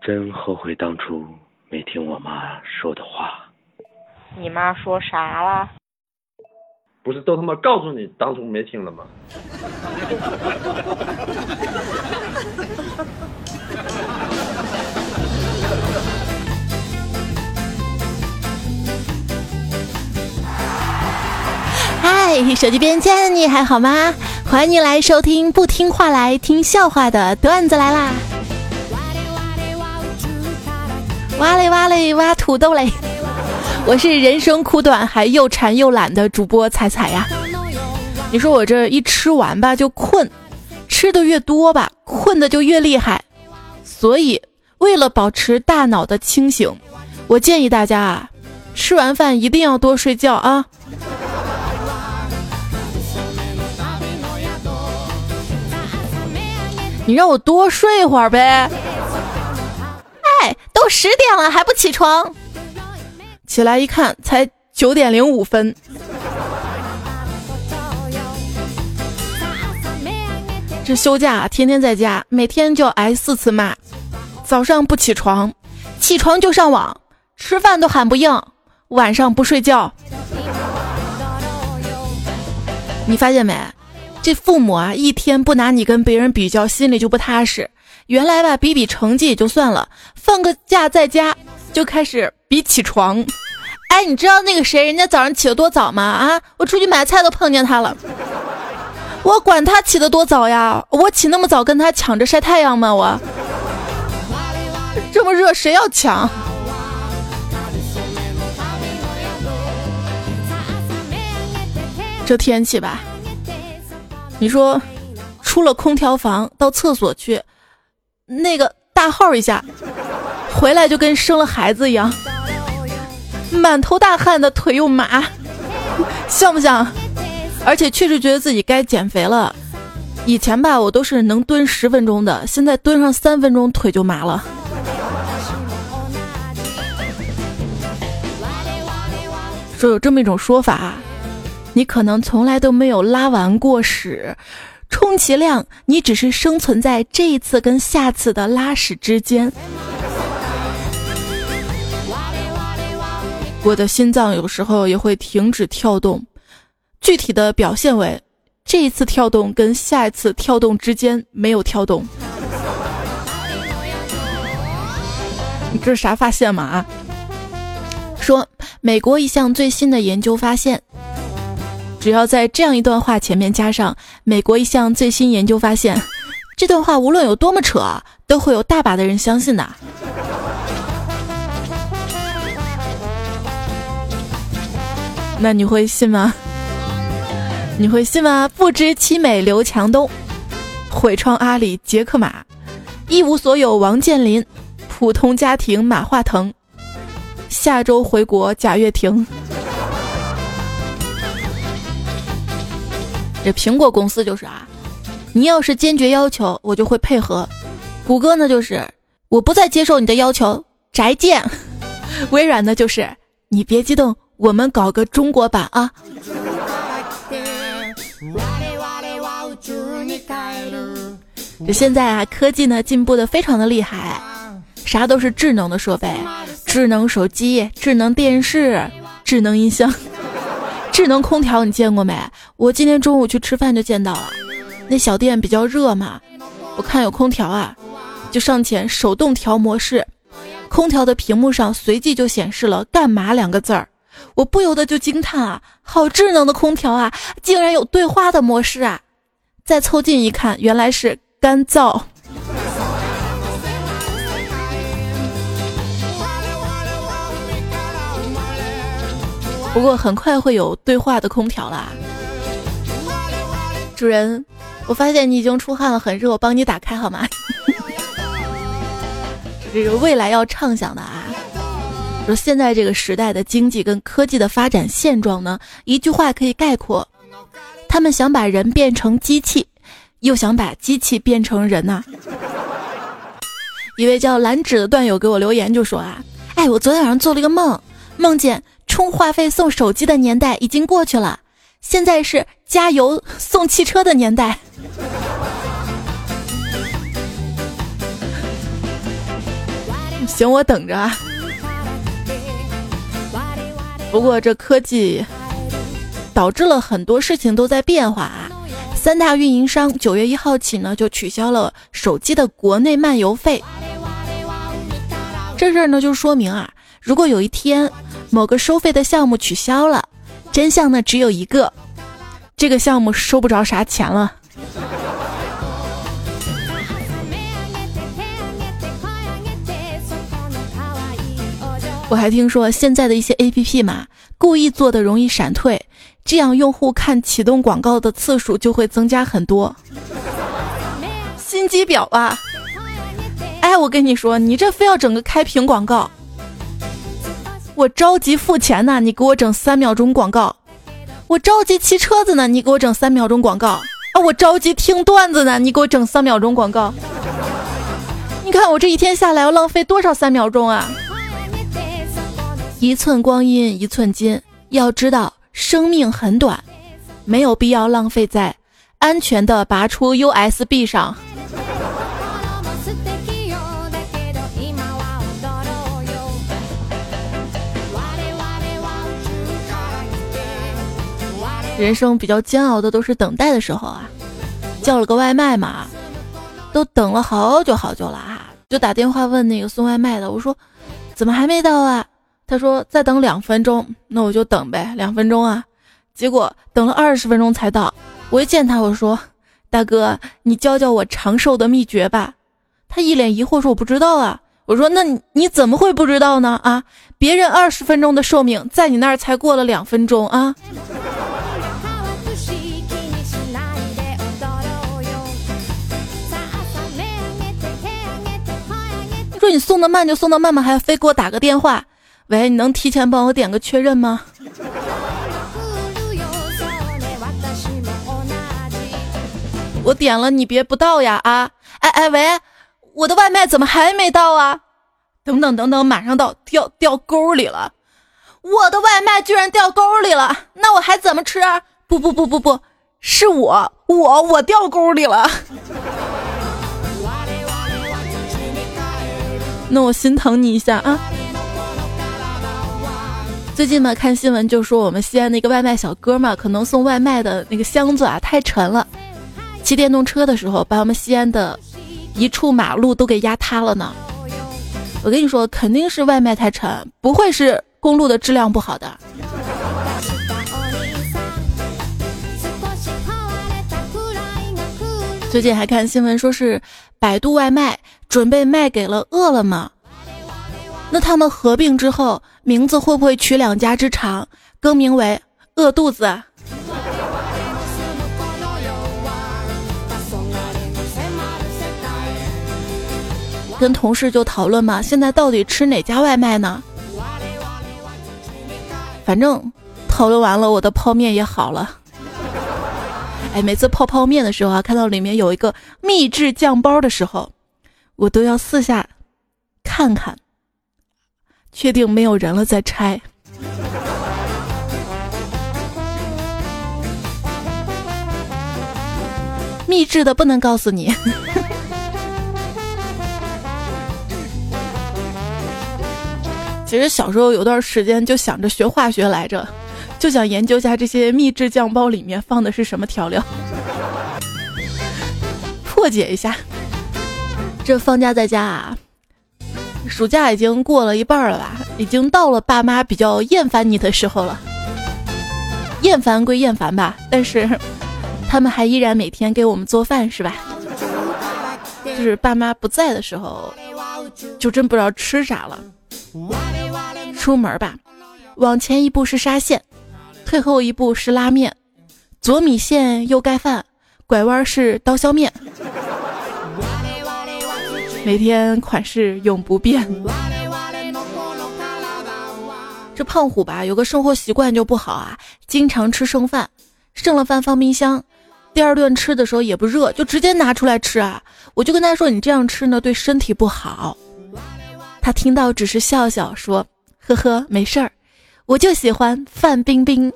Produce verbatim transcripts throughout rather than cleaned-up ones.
真后悔当初没听我妈说的话。 你妈说啥了？ 不是都他妈告诉你当初没听了吗？ 嗨，手机边亲爱的你还好吗？欢迎你来收听不听话来听笑话的段子来啦！哇嘞哇嘞挖土豆嘞！我是人生苦短还又馋又懒的主播彩彩呀。你说我这一吃完吧就困，吃的越多吧困的就越厉害，所以为了保持大脑的清醒，我建议大家啊，吃完饭一定要多睡觉啊。你让我多睡会儿呗。哎，都十点了还不起床？起来一看才九点零五分。这休假天天在家，每天就挨四次骂。早上不起床，起床就上网，吃饭都喊不应，晚上不睡觉。你发现没？这父母啊，一天不拿你跟别人比较，心里就不踏实。原来吧，比比成绩也就算了，放个假在家就开始比起床。哎，你知道那个谁，人家早上起得多早吗？啊，我出去买菜都碰见他了。我管他起得多早呀，我起那么早跟他抢着晒太阳吗？我这么热，谁要抢？这天气吧，你说出了空调房到厕所去，那个大号一下，回来就跟生了孩子一样，满头大汗的，腿又麻，像不像？而且确实觉得自己该减肥了。以前吧，我都是能蹲十分钟的，现在蹲上三分钟腿就麻了。说有这么一种说法，你可能从来都没有拉完过屎，充其量你只是生存在这一次跟下次的拉屎之间。我的心脏有时候也会停止跳动，具体的表现为这一次跳动跟下一次跳动之间没有跳动。你这是啥发现嘛？啊，说美国一项最新的研究发现，只要在这样一段话前面加上美国一项最新研究发现，这段话无论有多么扯，都会有大把的人相信的。那你会信吗？你会信吗？不知其美刘强东，毁创阿里杰克马，一无所有王健林，普通家庭马化腾，下周回国贾跃亭。这苹果公司就是啊，你要是坚决要求我就会配合。谷歌呢就是我不再接受你的要求，宅建。微软呢就是你别激动，我们搞个中国版啊。这现在啊，科技呢进步的非常的厉害，啥都是智能的设备，智能手机、智能电视、智能音箱、智能空调，你见过没？我今天中午去吃饭就见到了，那小店比较热嘛，我看有空调啊，就上前手动调模式，空调的屏幕上随即就显示了干嘛两个字儿，我不由得就惊叹啊，好智能的空调啊，竟然有对话的模式啊！再凑近一看，原来是干燥。不过很快会有对话的空调啦。主人，我发现你已经出汗了，很热，我帮你打开好吗？这是未来要畅想的啊。说现在这个时代的经济跟科技的发展现状呢，一句话可以概括，他们想把人变成机器，又想把机器变成人呐、啊。一位叫蓝纸的段友给我留言就说啊，哎，我昨天晚上做了一个梦，梦见充话费送手机的年代已经过去了，现在是加油送汽车的年代。 行，我等着啊。不过这科技导致了很多事情都在变化啊。三大运营商九月一号起呢就取消了手机的国内漫游费。这事儿呢就说明啊，如果有一天某个收费的项目取消了，真相呢只有一个，这个项目收不着啥钱了。我还听说现在的一些 A P P 嘛，故意做的容易闪退，这样用户看启动广告的次数就会增加很多。心机婊啊！哎，我跟你说，你这非要整个开屏广告，我着急付钱呢，你给我整三秒钟广告；我着急骑车子呢，你给我整三秒钟广告啊！我着急听段子呢，你给我整三秒钟广告。你看我这一天下来要浪费多少三秒钟啊！一寸光阴一寸金，要知道生命很短，没有必要浪费在安全的拔出 U S B 上。人生比较煎熬的都是等待的时候啊，叫了个外卖嘛，都等了好久好久了啊，就打电话问那个送外卖的，我说怎么还没到啊？他说再等两分钟，那我就等呗，两分钟啊。结果等了二十分钟才到。我一见他，我说大哥，你教教我长寿的秘诀吧。他一脸疑惑说我不知道啊。我说那你你怎么会不知道呢？啊，别人二十分钟的寿命，在你那儿才过了两分钟啊。你说你送的慢就送的慢吗？还要非给我打个电话？喂，你能提前帮我点个确认吗？我点了，你别不到呀啊！哎哎喂，我的外卖怎么还没到啊？等等等等，马上到，掉掉沟里了！我的外卖居然掉沟里了，那我还怎么吃啊？不不不不不，是我我我掉沟里了。那我心疼你一下啊！最近嘛，看新闻就说我们西安那个外卖小哥嘛，可能送外卖的那个箱子啊太沉了，骑电动车的时候把我们西安的一处马路都给压塌了呢。我跟你说，肯定是外卖太沉，不会是公路的质量不好的。最近还看新闻说是百度外卖准备卖给了饿了么，那他们合并之后名字会不会取两家之长，更名为饿肚子啊？跟同事就讨论嘛，现在到底吃哪家外卖呢？反正讨论完了，我的泡面也好了。哎，每次泡泡面的时候啊，看到里面有一个秘制酱包的时候，我都要四下看看，确定没有人了再拆。秘制的不能告诉你。其实小时候有段时间就想着学化学来着，就想研究一下这些秘制酱包里面放的是什么调料，破解一下。这放假在家啊，暑假已经过了一半了吧，已经到了爸妈比较厌烦你的时候了。厌烦归厌烦吧，但是他们还依然每天给我们做饭，是吧？就是爸妈不在的时候，就真不知道吃啥了。出门吧，往前一步是沙县，退后一步是拉面，左米线右盖饭，拐弯是刀削面。每天款式永不变。这胖虎吧，有个生活习惯就不好啊，经常吃剩饭，剩了饭放冰箱，第二顿吃的时候也不热，就直接拿出来吃啊。我就跟他说，你这样吃呢对身体不好。他听到只是笑笑说，呵呵，没事儿，我就喜欢范冰冰。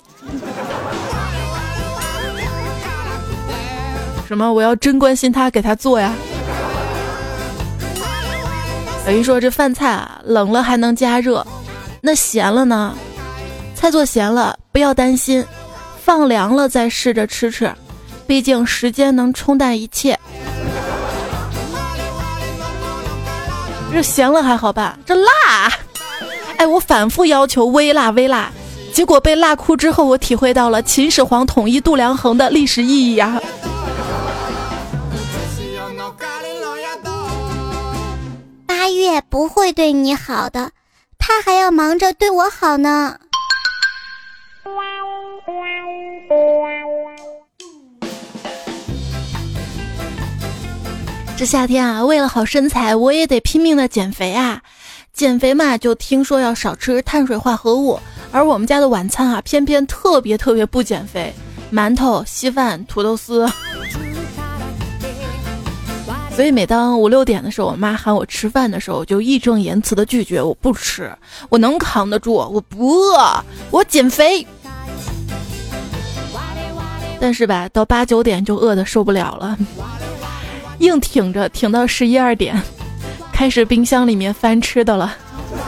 什么？我要真关心他，给他做呀。 有人说这饭菜啊，冷了还能加热，那咸了呢？菜做咸了不要担心，放凉了再试着吃吃，毕竟时间能冲淡一切。这咸了还好吧，这辣，哎，我反复要求微辣微辣，结果被辣哭之后，我体会到了秦始皇统一度量衡的历史意义呀、啊。 八月不会对你好的，他还要忙着对我好呢。 这夏天啊，为了好身材，我也得拼命的减肥啊。减肥嘛，就听说要少吃碳水化合物，而我们家的晚餐啊，偏偏特别特别不减肥，馒头、稀饭、土豆丝。所以每当五六点的时候，我妈喊我吃饭的时候，我就义正言辞的拒绝，我不吃，我能扛得住，我不饿，我减肥。但是吧，到八九点就饿得受不了了，硬挺着，挺到十一二点，开始冰箱里面翻吃的了。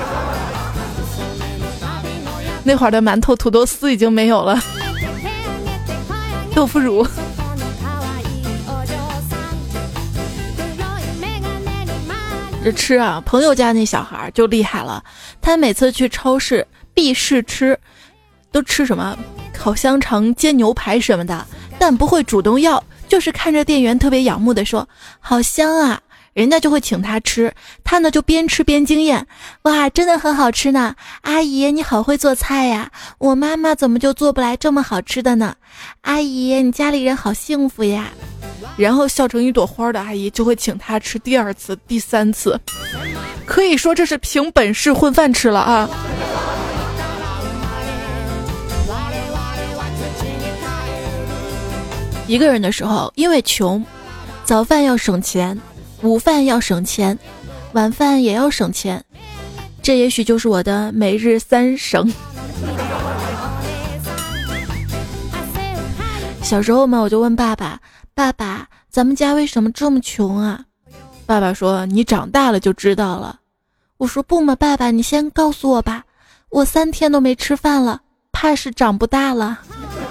那会儿的馒头、土豆丝已经没有了，豆腐乳。这吃啊，朋友家那小孩就厉害了，他每次去超市必试吃，都吃什么烤香肠、煎牛排什么的，但不会主动要，就是看着店员特别仰慕的说好香啊，人家就会请他吃，他呢就边吃边惊艳，哇，真的很好吃呢，阿姨你好会做菜呀，我妈妈怎么就做不来这么好吃的呢？阿姨你家里人好幸福呀。然后笑成一朵花的阿姨就会请他吃第二次、第三次，可以说这是凭本事混饭吃了啊。一个人的时候，因为穷，早饭要省钱，午饭要省钱，晚饭也要省钱，这也许就是我的每日三省。小时候嘛，我就问爸爸，爸爸，咱们家为什么这么穷啊？爸爸说，你长大了就知道了。我说不嘛，爸爸，你先告诉我吧，我三天都没吃饭了，怕是长不大了。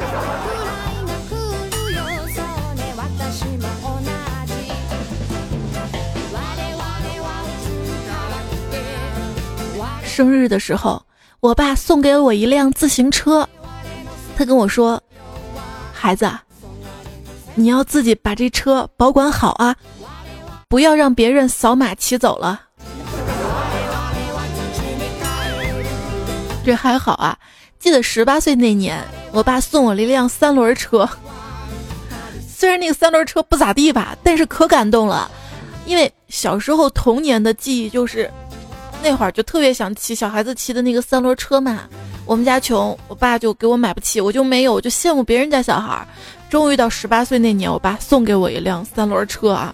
生日的时候，我爸送给我一辆自行车，他跟我说，孩子，你要自己把这车保管好啊，不要让别人扫码骑走了。这还好啊，记得十八岁那年，我爸送我了一辆三轮车。虽然那个三轮车不咋地吧，但是可感动了，因为小时候童年的记忆就是那会儿就特别想骑小孩子骑的那个三轮车嘛。我们家穷，我爸就给我买不起，我就没有，我就羡慕别人家小孩。终于到十八岁那年，我爸送给我一辆三轮车啊。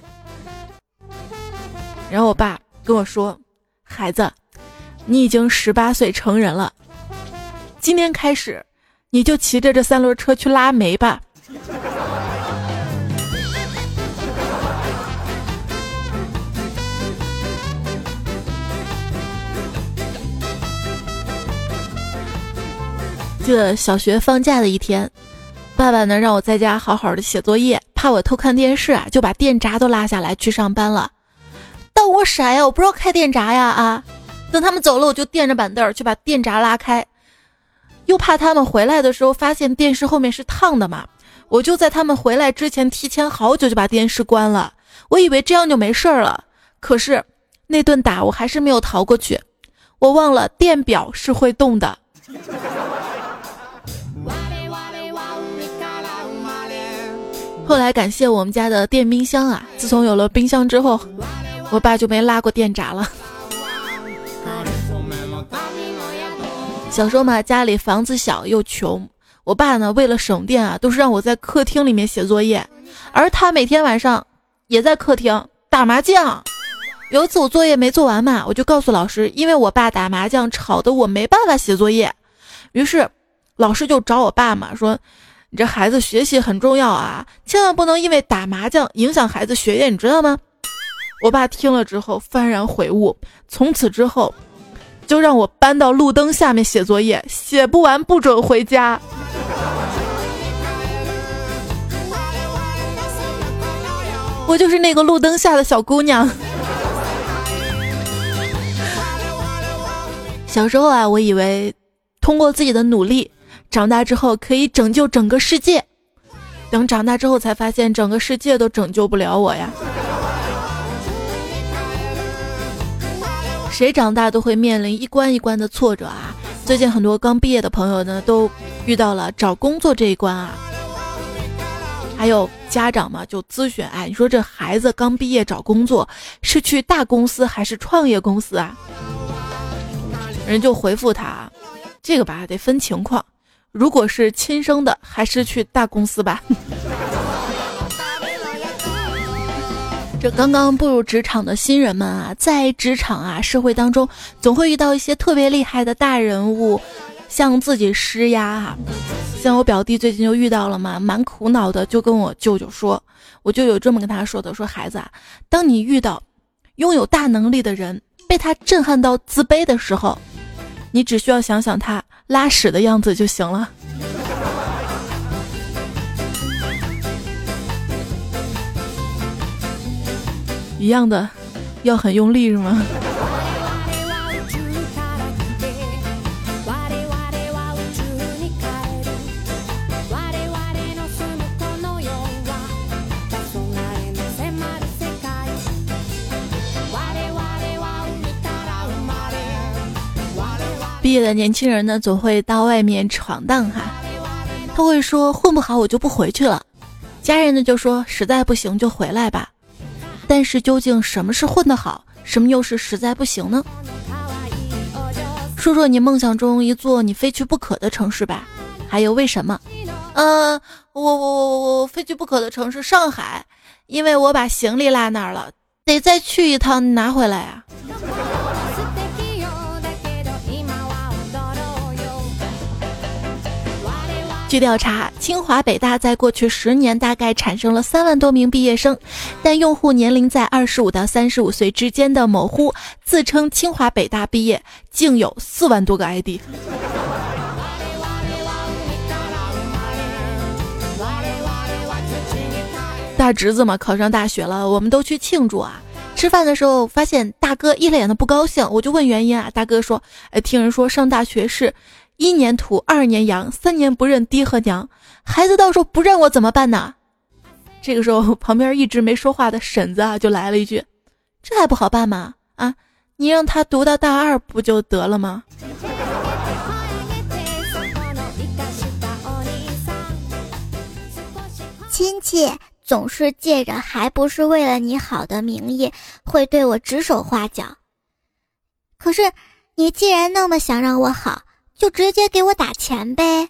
然后我爸跟我说，孩子，你已经十八岁成人了，今天开始你就骑着这三轮车去拉煤吧。记得小学放假的一天，爸爸呢让我在家好好的写作业，怕我偷看电视啊，就把电闸都拉下来去上班了。但我傻呀，我不知道开电闸呀啊！等他们走了，我就垫着板凳去把电闸拉开，又怕他们回来的时候发现电视后面是烫的嘛，我就在他们回来之前提前好久就把电视关了。我以为这样就没事了，可是那顿打我还是没有逃过去，我忘了电表是会动的。后来感谢我们家的电冰箱啊，自从有了冰箱之后，我爸就没拉过电闸了。小时候嘛，家里房子小又穷，我爸呢为了省电啊，都是让我在客厅里面写作业，而他每天晚上也在客厅打麻将。有一次我作业没做完嘛，我就告诉老师，因为我爸打麻将吵得我没办法写作业。于是老师就找我爸嘛，说你这孩子学习很重要啊，千万不能因为打麻将影响孩子学业，你知道吗？ 我爸听了之后幡然悔悟，从此之后就让我搬到路灯下面写作业，写不完不准回家。我就是那个路灯下的小姑娘。小时候啊，我以为通过自己的努力，长大之后可以拯救整个世界。等长大之后才发现，整个世界都拯救不了我呀。谁长大都会面临一关一关的挫折啊。最近很多刚毕业的朋友呢，都遇到了找工作这一关啊。还有家长嘛，就咨询，哎，你说这孩子刚毕业找工作，是去大公司还是创业公司啊？人就回复他，这个吧得分情况，如果是亲生的，还是去大公司吧。这刚刚步入职场的新人们啊，在职场啊社会当中，总会遇到一些特别厉害的大人物向自己施压啊。像我表弟最近就遇到了嘛，蛮苦恼的，就跟我舅舅说，我舅舅这么跟他说的，说孩子啊，当你遇到拥有大能力的人，被他震撼到自卑的时候，你只需要想想他拉屎的样子就行了。一样的，要很用力是吗？毕业的年轻人呢，总会到外面闯荡哈。他会说混不好我就不回去了，家人呢就说实在不行就回来吧。但是究竟什么是混得好，什么又是实在不行呢？说说你梦想中一座你非去不可的城市吧，还有为什么？呃，我我我我我非去不可的城市上海，因为我把行李落那儿了，得再去一趟拿回来啊。据调查，清华北大在过去十年大概产生了三万多名毕业生，但用户年龄在二十五到三十五岁之间的某乎自称清华北大毕业，竟有四万多个 I D。 大侄子嘛考上大学了，我们都去庆祝啊。吃饭的时候发现大哥一脸的不高兴，我就问原因啊，大哥说，哎，听人说上大学是一年土二年洋，三年不认爹和娘，孩子到时候不认我怎么办呢？这个时候旁边一直没说话的婶子啊就来了一句，这还不好办吗？啊，你让他读到大二不就得了吗？ 亲戚总是借着还不是为了你好的名义，会对我指手画脚。可是你既然那么想让我好，就直接给我打钱呗。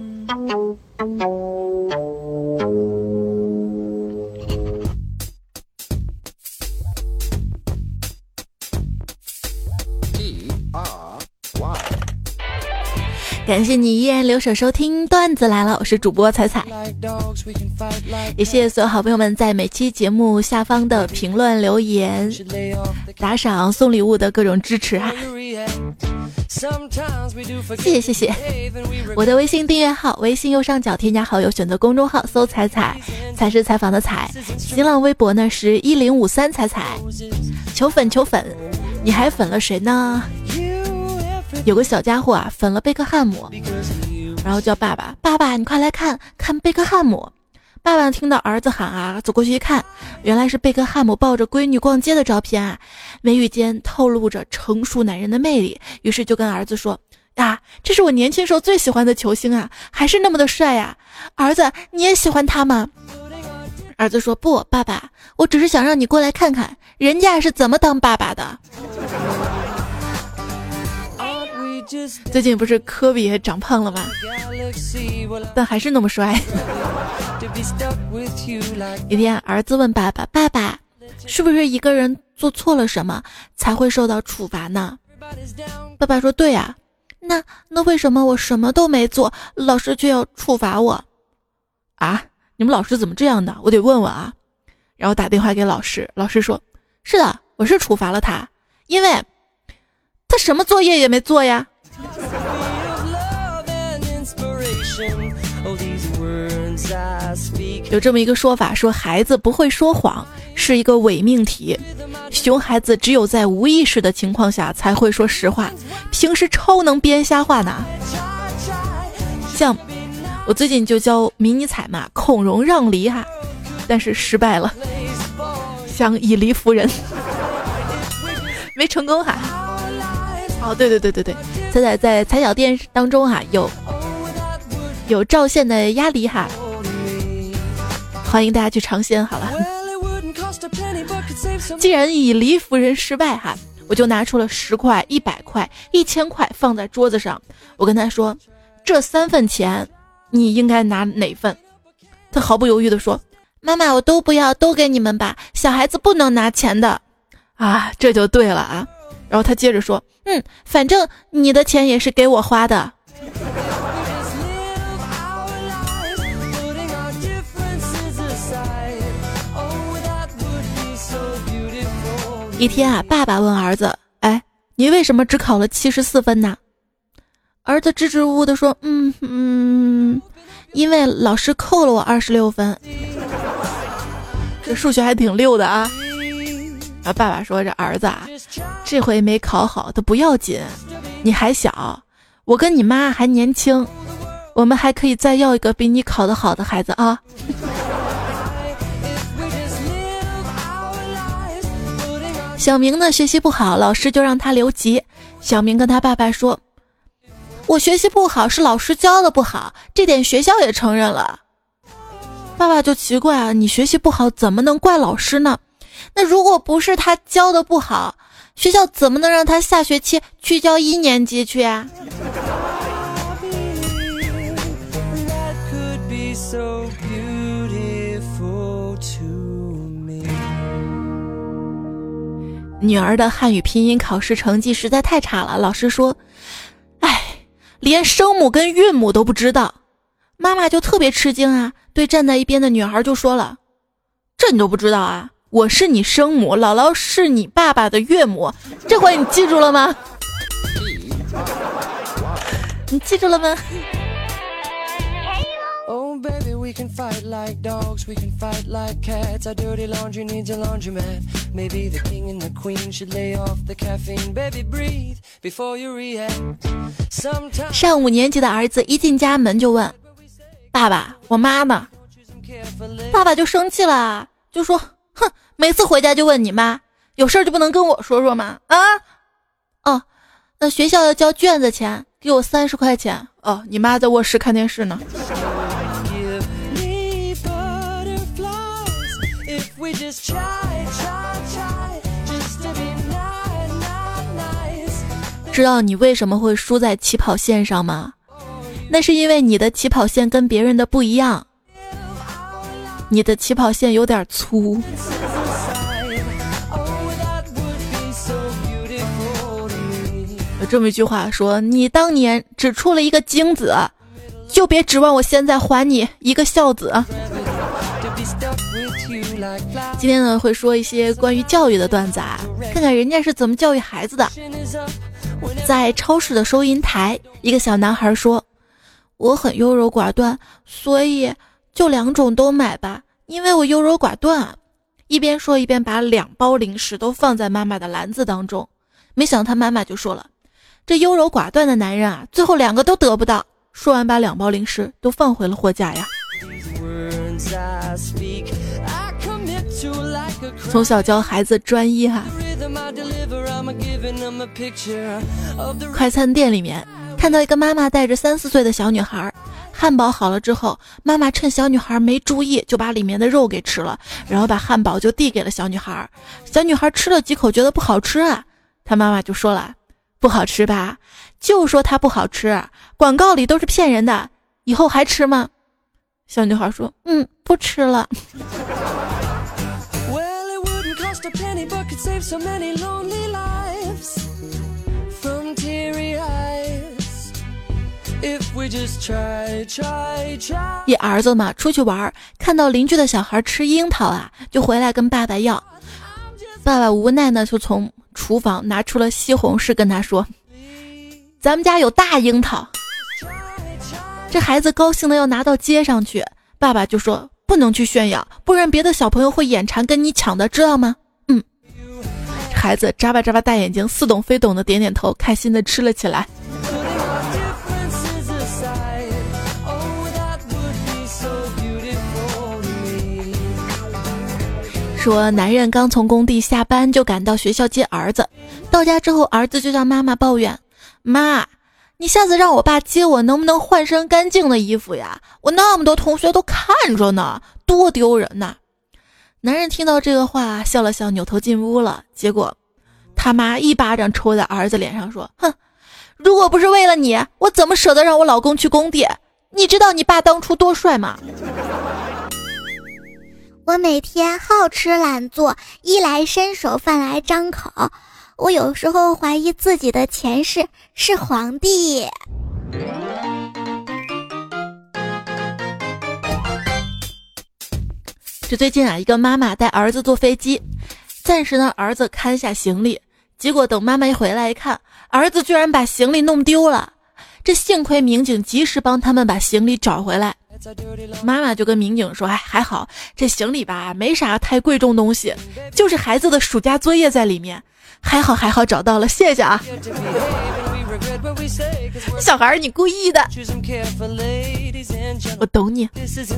感谢你依然留守收听段子来了，我是主播彩彩，也谢谢所有好朋友们在每期节目下方的评论留言、打赏、送礼物的各种支持哈、啊，谢谢谢谢。我的微信订阅号，微信右上角添加好友，选择公众号搜彩彩，彩是采访的彩，新浪微博呢是一零五三彩彩。求粉求粉，你还粉了谁呢？有个小家伙啊粉了贝克汉姆，然后叫爸爸，爸爸你快来看看贝克汉姆。爸爸听到儿子喊啊，走过去一看，原来是贝克汉姆抱着闺女逛街的照片啊，眉宇间透露着成熟男人的魅力，于是就跟儿子说啊，这是我年轻时候最喜欢的球星啊，还是那么的帅呀、啊、儿子你也喜欢他吗？儿子说不，爸爸，我只是想让你过来看看人家是怎么当爸爸的。最近不是科比也长胖了吗？但还是那么帅。一天儿子问爸爸，爸爸，是不是一个人做错了什么才会受到处罚呢？爸爸说对啊。那那为什么我什么都没做，老师却要处罚我啊？你们老师怎么这样的？我得问问啊。然后打电话给老师，老师说是的，我是处罚了他，因为他什么作业也没做呀。有这么一个说法，说孩子不会说谎是一个伪命题，熊孩子只有在无意识的情况下才会说实话，平时超能编瞎话呢。像我最近就教迷你彩嘛，孔融让梨哈，但是失败了，想以梨服人没成功哈。哦，对对对对对，彩彩在彩小店当中哈有有照现的鸭梨哈，欢迎大家去尝鲜好了。既然以梨服人失败哈，我就拿出了十块、一百块、一千块放在桌子上，我跟他说，这三份钱你应该拿哪份？他毫不犹豫地说，妈妈我都不要，都给你们吧，小孩子不能拿钱的啊，这就对了啊。然后他接着说，嗯，反正你的钱也是给我花的。一天啊，爸爸问儿子，哎，你为什么只考了七十四分呢？儿子支支吾吾地说，嗯嗯，因为老师扣了我二十六分。这数学还挺溜的啊。啊，爸爸说，这儿子啊，这回没考好的不要紧，你还小，我跟你妈还年轻，我们还可以再要一个比你考得好的孩子啊。小明呢学习不好，老师就让他留级。小明跟他爸爸说，我学习不好是老师教的不好，这点学校也承认了。爸爸就奇怪啊，你学习不好怎么能怪老师呢？那如果不是他教的不好，学校怎么能让他下学期去教一年级去啊？女儿的汉语拼音考试成绩实在太差了，老师说，哎，连声母跟韵母都不知道。妈妈就特别吃惊啊，对站在一边的女孩就说了，这你都不知道啊？我是你生母，姥姥是你爸爸的岳母，这回你记住了吗？你记住了吗 ？Oh baby, we can fight like dogs, we can fight like cats. Our dirty laundry needs a laundromat. Maybe the king and the queen should lay off the caffeine. Baby, breathe before you react. Sometimes 上五年级的儿子一进家门就问，爸爸，我妈呢？爸爸就生气了，就说，哼，每次回家就问你妈，有事就不能跟我说说吗？啊？哦，那学校要交卷子钱，给我三十块钱。哦，你妈在卧室看电视呢。知道你为什么会输在起跑线上吗？那是因为你的起跑线跟别人的不一样，你的起跑线有点粗。有这么一句话说，你当年只出了一个精子，就别指望我现在还你一个孝子。今天呢，会说一些关于教育的段子啊，看看人家是怎么教育孩子的。在超市的收银台，一个小男孩说，我很优柔寡断，所以就两种都买吧，因为我优柔寡断。一边说一边把两包零食都放在妈妈的篮子当中。没想到他妈妈就说了，这优柔寡断的男人啊，最后两个都得不到。说完把两包零食都放回了货架呀。从小教孩子专一哈。快餐店里面看到一个妈妈带着三四岁的小女孩，汉堡好了之后，妈妈趁小女孩没注意就把里面的肉给吃了，然后把汉堡就递给了小女孩。小女孩吃了几口觉得不好吃啊，她妈妈就说了，不好吃吧，就说它不好吃，广告里都是骗人的，以后还吃吗？小女孩说，嗯，不吃了。一儿子嘛出去玩，看到邻居的小孩吃樱桃啊，就回来跟爸爸要。 爸爸无奈呢，就从厨房拿出了西红柿，跟他说：“咱们家有大樱桃。”这孩子高兴的要拿到街上去，爸爸就说：“不能去炫耀，不然别的小朋友会眼馋跟你抢的，知道吗？”嗯，这孩子眨巴眨巴大眼睛，似懂非懂的点点头，开心的吃了起来。说男人刚从工地下班就赶到学校接儿子，到家之后儿子就向妈妈抱怨：“妈，你下次让我爸接我能不能换身干净的衣服呀？我那么多同学都看着呢，多丢人呐！”男人听到这个话笑了笑，扭头进屋了。结果他妈一巴掌抽在儿子脸上说：“哼，如果不是为了你，我怎么舍得让我老公去工地？你知道你爸当初多帅吗？” 我每天好吃懒做，衣来伸手，饭来张口。我有时候怀疑自己的前世是皇帝。 这最近啊，一个妈妈带儿子坐飞机，暂时呢儿子看下行李，结果等妈妈一回来一看，儿子居然把行李弄丢了。这幸亏民警及时帮他们把行李找回来。妈妈就跟民警说：“哎，还好这行李吧没啥太贵重东西，就是孩子的暑假作业在里面，还好还好找到了，谢谢啊。”小孩你故意的，我懂你。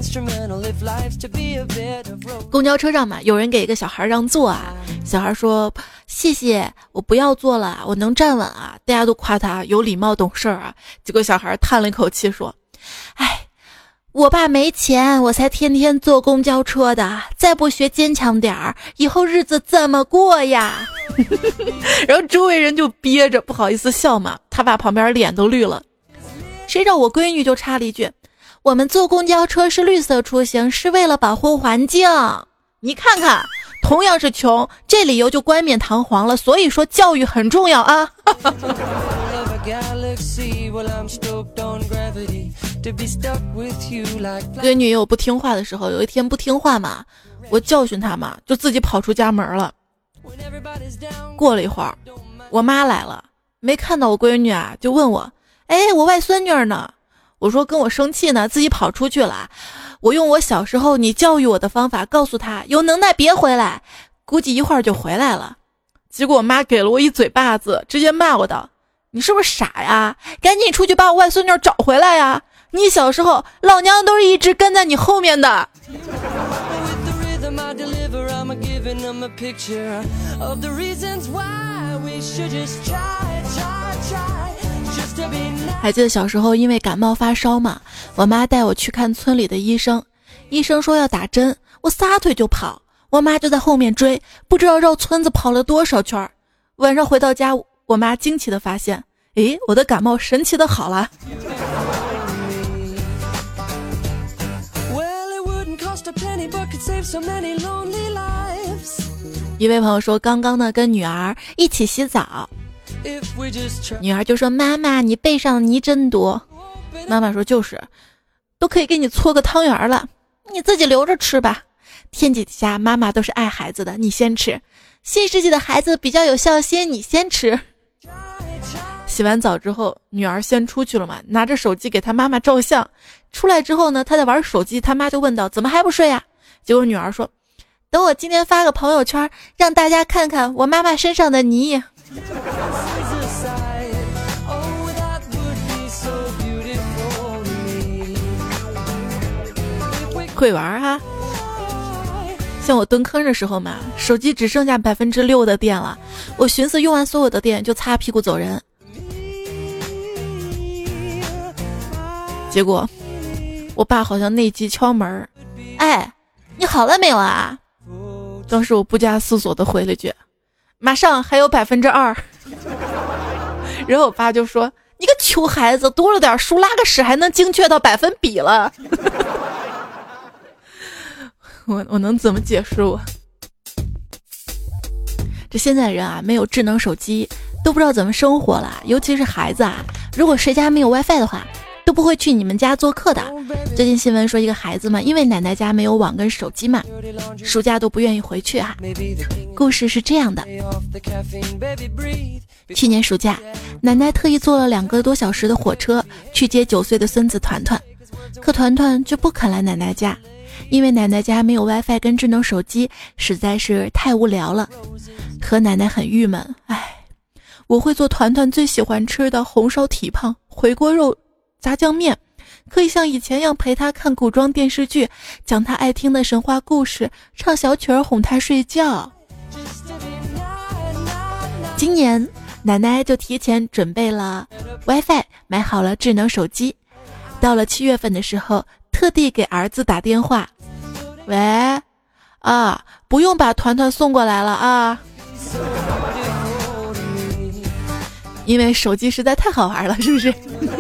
公交车上嘛，有人给一个小孩让座啊，小孩说：“谢谢，我不要坐了，我能站稳啊。”大家都夸他有礼貌懂事啊。结果小孩叹了一口气说：“哎，我爸没钱，我才天天坐公交车的，再不学坚强点儿，以后日子怎么过呀？”然后周围人就憋着不好意思笑嘛，他爸旁边脸都绿了。谁知道我闺女就插了一句：“我们坐公交车是绿色出行，是为了保护环境。”你看看，同样是穷，这理由就冠冕堂皇了。所以说教育很重要啊。闺女有不听话的时候，有一天不听话嘛，我教训她嘛，就自己跑出家门了。过了一会儿，我妈来了，没看到我闺女啊，就问我：“哎，我外孙女呢？”我说：“跟我生气呢，自己跑出去了。”我用我小时候你教育我的方法告诉她：“有能耐别回来。”估计一会儿就回来了。结果我妈给了我一嘴巴子，直接骂我道：“你是不是傻呀？赶紧出去把我外孙女找回来呀！你小时候老娘都是一直跟在你后面的。”还记得小时候因为感冒发烧嘛，我妈带我去看村里的医生，医生说要打针，我撒腿就跑，我妈就在后面追，不知道绕村子跑了多少圈。晚上回到家，我妈惊奇的发现，诶，我的感冒神奇的好了。一位朋友说，刚刚呢跟女儿一起洗澡，女儿就说：“妈妈，你背上泥真多。”妈妈说：“就是，都可以给你搓个汤圆了，你自己留着吃吧。”天底下妈妈都是爱孩子的，你先吃。新世纪的孩子比较有孝心，你先吃。洗完澡之后，女儿先出去了嘛，拿着手机给她妈妈照相。出来之后呢，她在玩手机，她妈就问道：“怎么还不睡呀？”结果女儿说：“等我今天发个朋友圈，让大家看看我妈妈身上的泥。”会玩啊！像我蹲坑的时候嘛，手机只剩下百分之六的电了，我寻思用完所有的电就擦屁股走人。结果我爸好像内急敲门，哎，你好了没有啊？当时我不加思索的回了句：“马上还有百分之二。”然后我爸就说：“你个穷孩子，读了点书拉个屎还能精确到百分比了。”我我能怎么解释我？这现在人啊，没有智能手机都不知道怎么生活了，尤其是孩子啊，如果谁家没有 WiFi 的话，都不会去你们家做客的。最近新闻说一个孩子嘛，因为奶奶家没有网跟手机嘛，暑假都不愿意回去哈、啊。 故事是这样的，去年暑假，奶奶特意坐了两个多小时的火车去接九岁的孙子团团，可团团就不肯来奶奶家，因为奶奶家没有 WiFi 跟智能手机，实在是太无聊了。和奶奶很郁闷，唉，我会做团团最喜欢吃的红烧蹄膀、回锅肉、炸酱面，可以像以前一样陪他看古装电视剧，讲他爱听的神话故事，唱小曲儿哄他睡觉。今年奶奶就提前准备了 WiFi， 买好了智能手机，到了七月份的时候，特地给儿子打电话，喂，啊，不用把团团送过来了啊，因为手机实在太好玩了，是不是？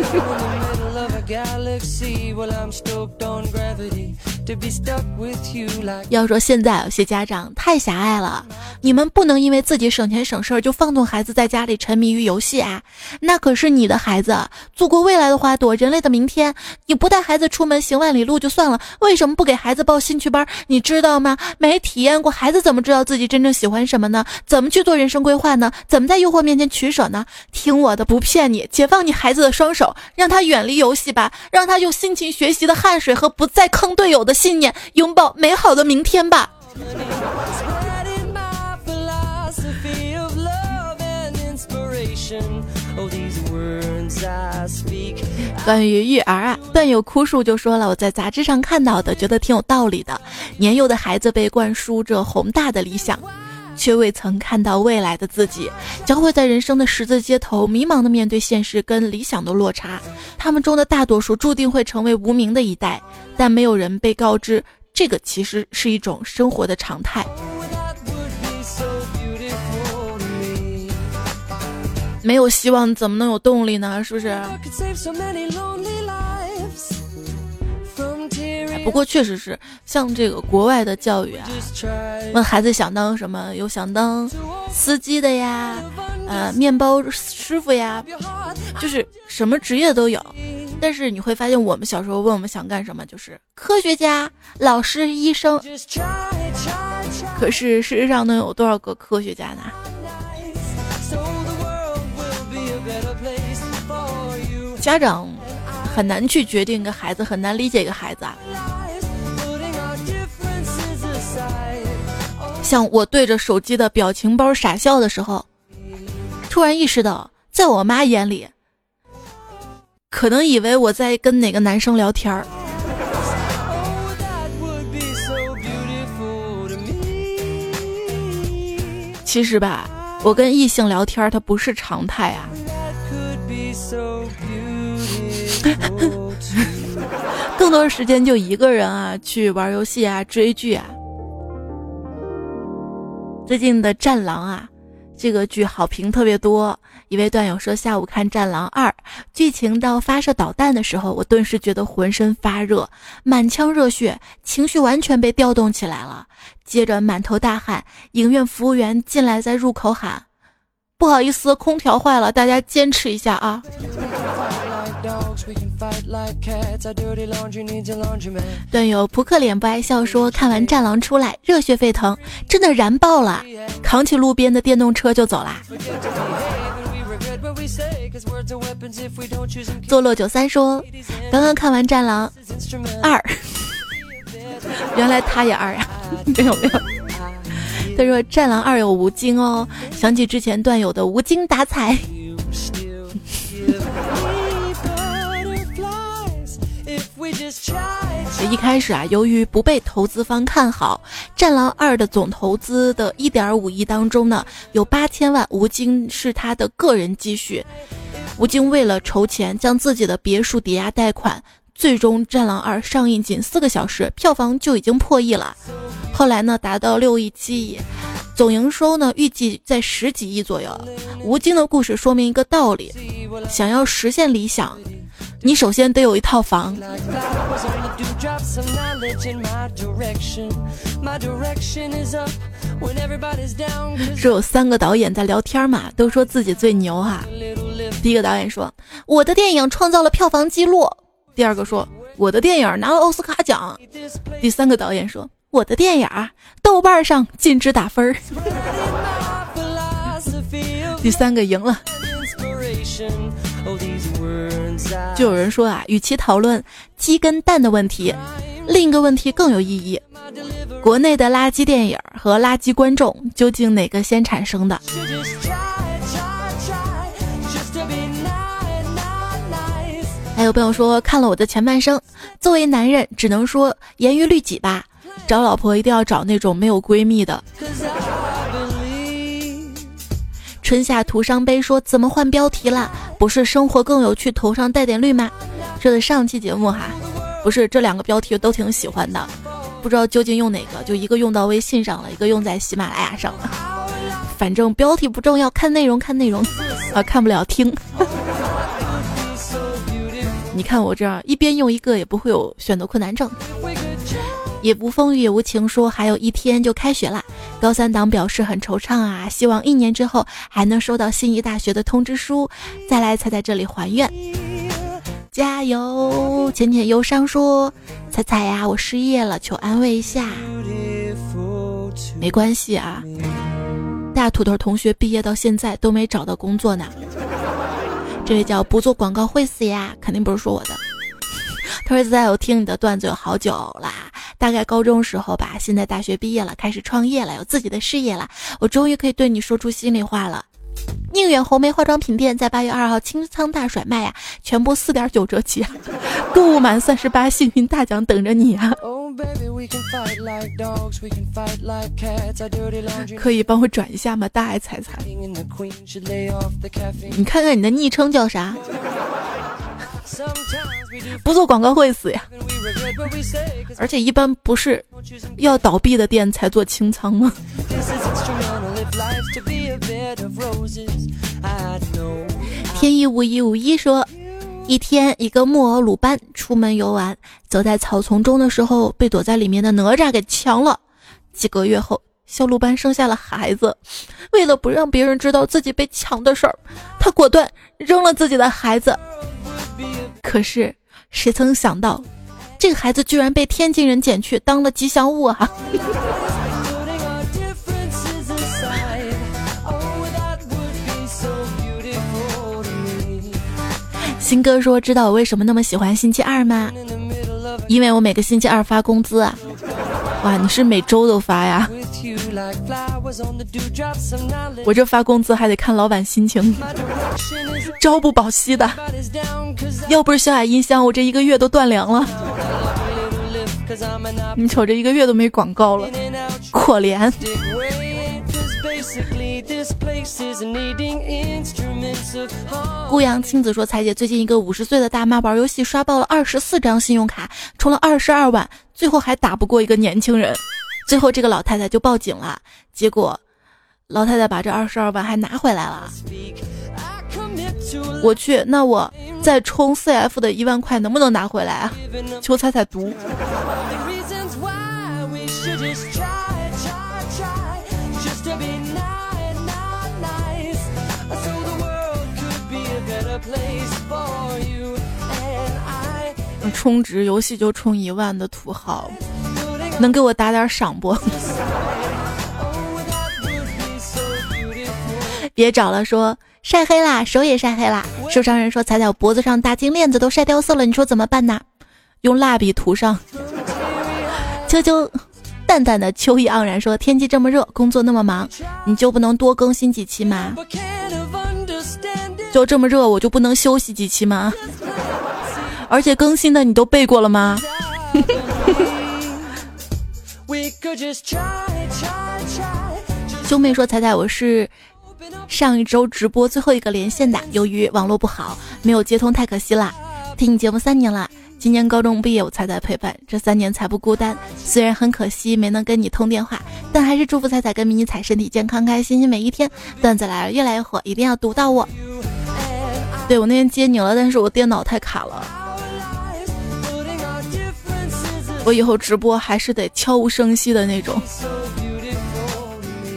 要说现在有些家长太狭隘了，你们不能因为自己省钱省事儿就放纵孩子在家里沉迷于游戏啊，那可是你的孩子，祖国未来的花朵，人类的明天。你不带孩子出门行万里路就算了，为什么不给孩子报兴趣班？你知道吗？没体验过，孩子怎么知道自己真正喜欢什么呢？怎么去做人生规划呢？怎么在诱惑面前取舍呢？听我的，不骗你，解放你孩子的双手，让他远离游戏吧，让他用辛勤学习的汗水和不再坑队友的信念，拥抱美好的明天吧。关于育儿啊，段友枯树就说了，我在杂志上看到的，觉得挺有道理的。年幼的孩子被灌输着宏大的理想，却未曾看到未来的自己，将会在人生的十字街头迷茫地面对现实跟理想的落差。他们中的大多数注定会成为无名的一代，但没有人被告知，这个其实是一种生活的常态。没有希望怎么能有动力呢？是不是？哎，不过确实是，像这个国外的教育啊，问孩子想当什么，有想当司机的呀，呃，面包师傅呀，就是什么职业都有。但是你会发现，我们小时候问我们想干什么，就是科学家、老师、医生。可是事实上能有多少个科学家呢？家长很难去决定一个孩子，很难理解一个孩子啊。像我对着手机的表情包傻笑的时候，突然意识到，在我妈眼里，可能以为我在跟哪个男生聊天儿。其实吧，我跟异性聊天，它不是常态啊。更多的时间就一个人啊，去玩游戏啊，追剧啊。最近的《战狼》啊，这个剧好评特别多。一位段友说，下午看《战狼二》，剧情到发射导弹的时候，我顿时觉得浑身发热，满腔热血，情绪完全被调动起来了。接着满头大汗，影院服务员进来在入口喊，不好意思，空调坏了，大家坚持一下啊。段友扑克脸不爱笑说，看完战狼出来热血沸腾，真的燃爆了，扛起路边的电动车就走啦。坐落九三说，刚刚看完战狼二，原来他也二呀，没有没有。他说战狼二有吴京哦，想起之前段友的无精打采。一开始啊，由于不被投资方看好，战狼二的总投资的 一点五亿当中呢，有八千万吴京是他的个人积蓄。吴京为了筹钱，将自己的别墅抵押贷款，最终战狼二上映仅四个小时，票房就已经破亿了。后来呢，达到六亿七亿，总营收呢预计在十几亿左右。吴京的故事说明一个道理，想要实现理想，你首先得有一套房。是有三个导演在聊天嘛，都说自己最牛哈。第一个导演说，我的电影创造了票房纪录。第二个说，我的电影拿了奥斯卡奖。第三个导演说， 我的电影豆瓣上禁止打分。第三个赢了。就有人说啊，与其讨论鸡跟蛋的问题，另一个问题更有意义，国内的垃圾电影和垃圾观众究竟哪个先产生的？还有朋友说看了我的前半生，作为男人只能说严于律己吧，找老婆一定要找那种没有闺蜜的。春夏徒伤悲说怎么换标题了？不是生活更有趣头上带点绿吗？这是上期节目哈，不是，这两个标题都挺喜欢的，不知道究竟用哪个，就一个用到微信上了，一个用在喜马拉雅上了。反正标题不重要，看内容看内容啊，看不了听。你看我这样一边用一个也不会有选择困难症。也不风雨也无情说还有一天就开学了，高三党表示很惆怅啊，希望一年之后还能收到心仪大学的通知书，再来才在这里还愿。加油！浅浅忧伤说彩彩呀，我失业了，求安慰一下。没关系啊，大土豆同学毕业到现在都没找到工作呢。这位叫不做广告会死呀，肯定不是说我的。他说在我听你的段子有好久啦，大概高中时候吧，现在大学毕业了，开始创业了，有自己的事业了，我终于可以对你说出心里话了。宁远红梅化妆品店在八月二号清仓大甩卖呀，全部四点九折起啊！购物满三十八，幸运大奖等着你啊！可以帮我转一下吗？大爱彩彩，你看看你的昵称叫啥？不做广告会死呀！而且一般不是要倒闭的店才做清仓吗？天一五一五一说，一天一个木偶鲁班出门游玩，走在草丛中的时候被躲在里面的哪吒给抢了。几个月后，小鲁班生下了孩子，为了不让别人知道自己被抢的事儿，他果断扔了自己的孩子。可是谁曾想到，这个孩子居然被天津人捡去当了吉祥物啊！新哥说，知道我为什么那么喜欢星期二吗？因为我每个星期二发工资啊！哇，你是每周都发呀？我这发工资还得看老板心情，朝不保夕的。要不是小雅音箱，我这一个月都断粮了。你瞅这一个月都没广告了，可怜。顾阳亲子说，彩姐最近一个五十岁的大妈玩游戏刷爆了二十四张信用卡，充了二十二万，最后还打不过一个年轻人，最后这个老太太就报警了，结果老太太把这二十二万还拿回来了。我去，那我再充 C F 的一万块能不能拿回来啊？求彩彩读。充值游戏就充一万的土豪，能给我打点赏不？别找了，说晒黑啦，手也晒黑啦。受伤人说，踩在我脖子上大金链子都晒掉色了，你说怎么办呢？用蜡笔涂上。秋秋淡淡的秋意盎然说，天气这么热，工作那么忙，你就不能多更新几期吗？就这么热，我就不能休息几期吗？而且更新的你都背过了吗？兄妹说，彩彩，我是上一周直播最后一个连线的，由于网络不好没有接通，太可惜了。听你节目三年了，今年高中毕业我彩彩陪伴，这三年才不孤单。虽然很可惜没能跟你通电话，但还是祝福彩彩跟迷你彩身体健康，开心心每一天。段子来了，越来越火，一定要读到我。对，我那天接你了，但是我电脑太卡了，我以后直播还是得悄无声息的那种。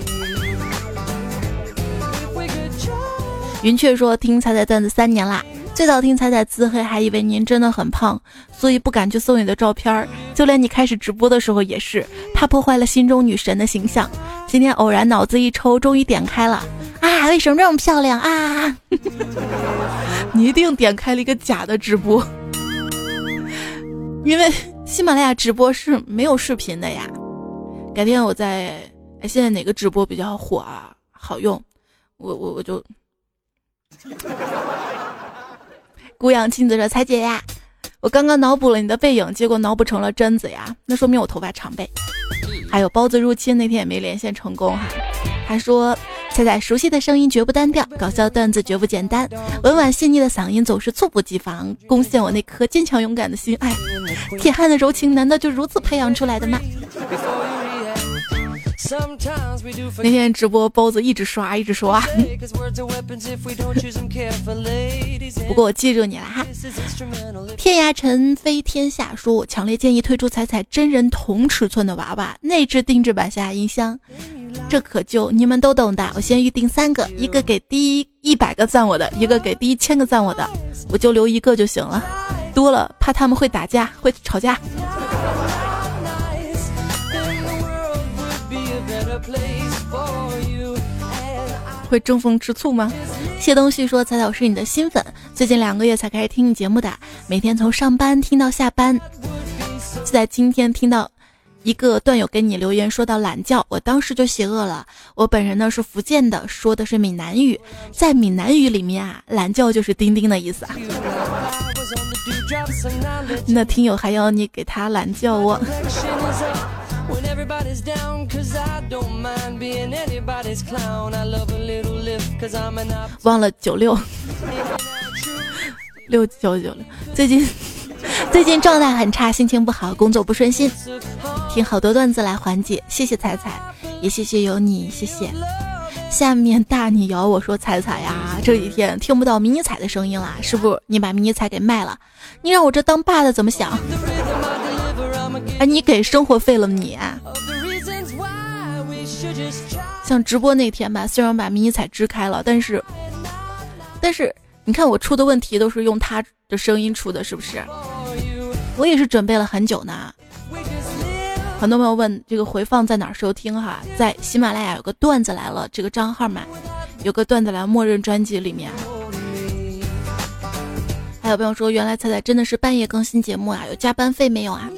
云雀说，听彩彩段子三年啦， 最早听彩彩自黑还以为您真的很胖，所以不敢去搜你的照片，就连你开始直播的时候也是，怕破坏了心中女神的形象。今天偶然脑子一抽，终于点开了啊，为什么这么漂亮啊？你一定点开了一个假的直播，因为喜马拉雅直播是没有视频的呀。改天我在哎，现在哪个直播比较火啊？好用，我我我就。姑养亲子说：“彩姐呀，我刚刚脑补了你的背影，结果脑补成了贞子呀，那说明我头发长呗。”还有包子入侵那天也没连线成功哈。他说：“彩彩熟悉的声音绝不单调，搞笑段子绝不简单，温婉细腻的嗓音总是猝不及防，攻陷我那颗坚强勇敢的心。哎，铁汉的柔情难道就如此培养出来的吗？”那天直播包子一直刷一直刷不过我记住你了哈。天涯尘飞天下说，我强烈建议推出彩彩真人同尺寸的娃娃，内置定制版下音箱，这可就你们都懂的。我先预定三个，一个给第一一百个赞我的，一个给第一千个赞我的，我就留一个就行了，多了怕他们会打架会吵架。会争风吃醋吗？谢东旭说：“彩彩，我是你的新粉，最近两个月才开始听你节目的，每天从上班听到下班。就在今天听到一个段友给你留言说到懒觉，我当时就邪恶了。我本人呢是福建的，说的是闽南语，在闽南语里面啊，懒觉就是钉钉的意思啊。那听友还要你给他懒觉哦。”忘了九六六九九六，最近最近状态很差，心情不好，工作不顺心，听好多段子来缓解。谢谢彩彩，也谢谢有你，谢谢。下面大你咬我说：“彩彩呀，这几天听不到迷你彩的声音了，是不是你把迷你彩给卖了？你让我这当爸的怎么想？哎，你给生活费了你啊？”像直播那天吧，虽然把迷你彩支开了，但是但是你看我出的问题都是用他的声音出的，是不是？我也是准备了很久呢。很多朋友问这个回放在哪儿收听哈，在喜马拉雅有个段子来了这个账号嘛，有个段子来默认专辑里面。还有朋友说，原来彩彩真的是半夜更新节目啊，有加班费没有啊？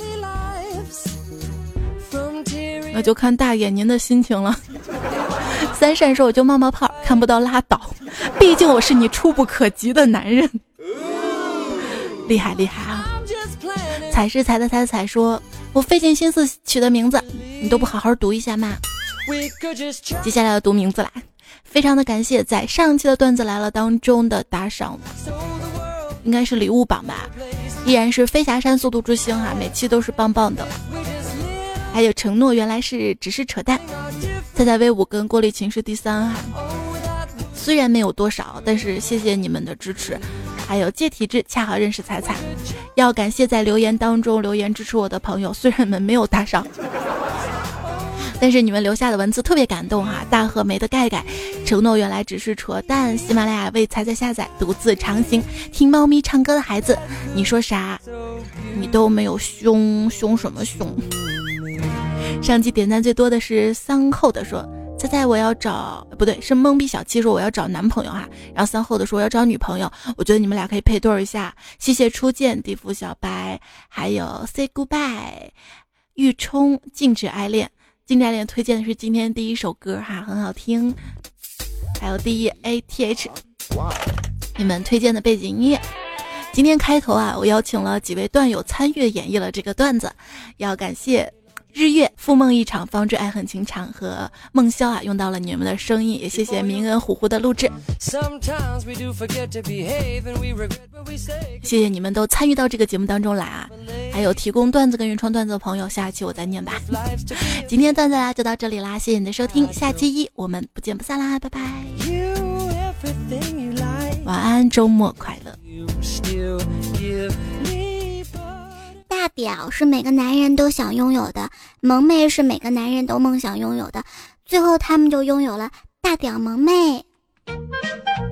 那就看大爷您的心情了。三善说，我就冒冒泡，看不到拉倒，毕竟我是你触不可及的男人。厉害厉害啊！彩是彩的彩彩说，我费尽心思取的名字你都不好好读一下吗？接下来要读名字啦，非常的感谢在上期的段子来了当中的打赏，应该是礼物榜吧，依然是飞霞山速度之星哈、啊，每期都是棒棒的。还有承诺原来是只是扯淡，彩彩 V 五跟郭丽琴是第三哈，虽然没有多少，但是谢谢你们的支持。还有借体质恰好认识彩彩，要感谢在留言当中留言支持我的朋友，虽然你们没有打赏，但是你们留下的文字特别感动哈。大河梅的盖盖，承诺原来只是扯淡，喜马拉雅为彩彩下载，独自长行，听猫咪唱歌的孩子，你说啥你都没有凶，凶什么凶？上期点赞最多的是三后的说，猜猜我要找不对，是懵逼小七说我要找男朋友哈，然后三后的说我要找女朋友，我觉得你们俩可以配对一下。谢谢初见、地府小白，还有 Say Goodbye、玉冲、静止爱恋。静止爱恋推荐的是今天第一首歌哈，很好听。还有 D E A T H， 你们推荐的背景音乐。今天开头啊，我邀请了几位段友参与演绎了这个段子，要感谢日月、复梦一场、方知爱恨情长和梦潇啊，用到了你们的声音，也谢谢明恩虎虎的录制，谢谢你们都参与到这个节目当中来啊！还有提供段子跟原创段子的朋友，下期我再念吧。今天段子啦就到这里啦，谢谢你的收听，下期一我们不见不散啦，拜拜，晚安，周末快乐。 大屌是每个男人都想拥有的，萌妹是每个男人都梦想拥有的，最后他们就拥有了大屌萌妹。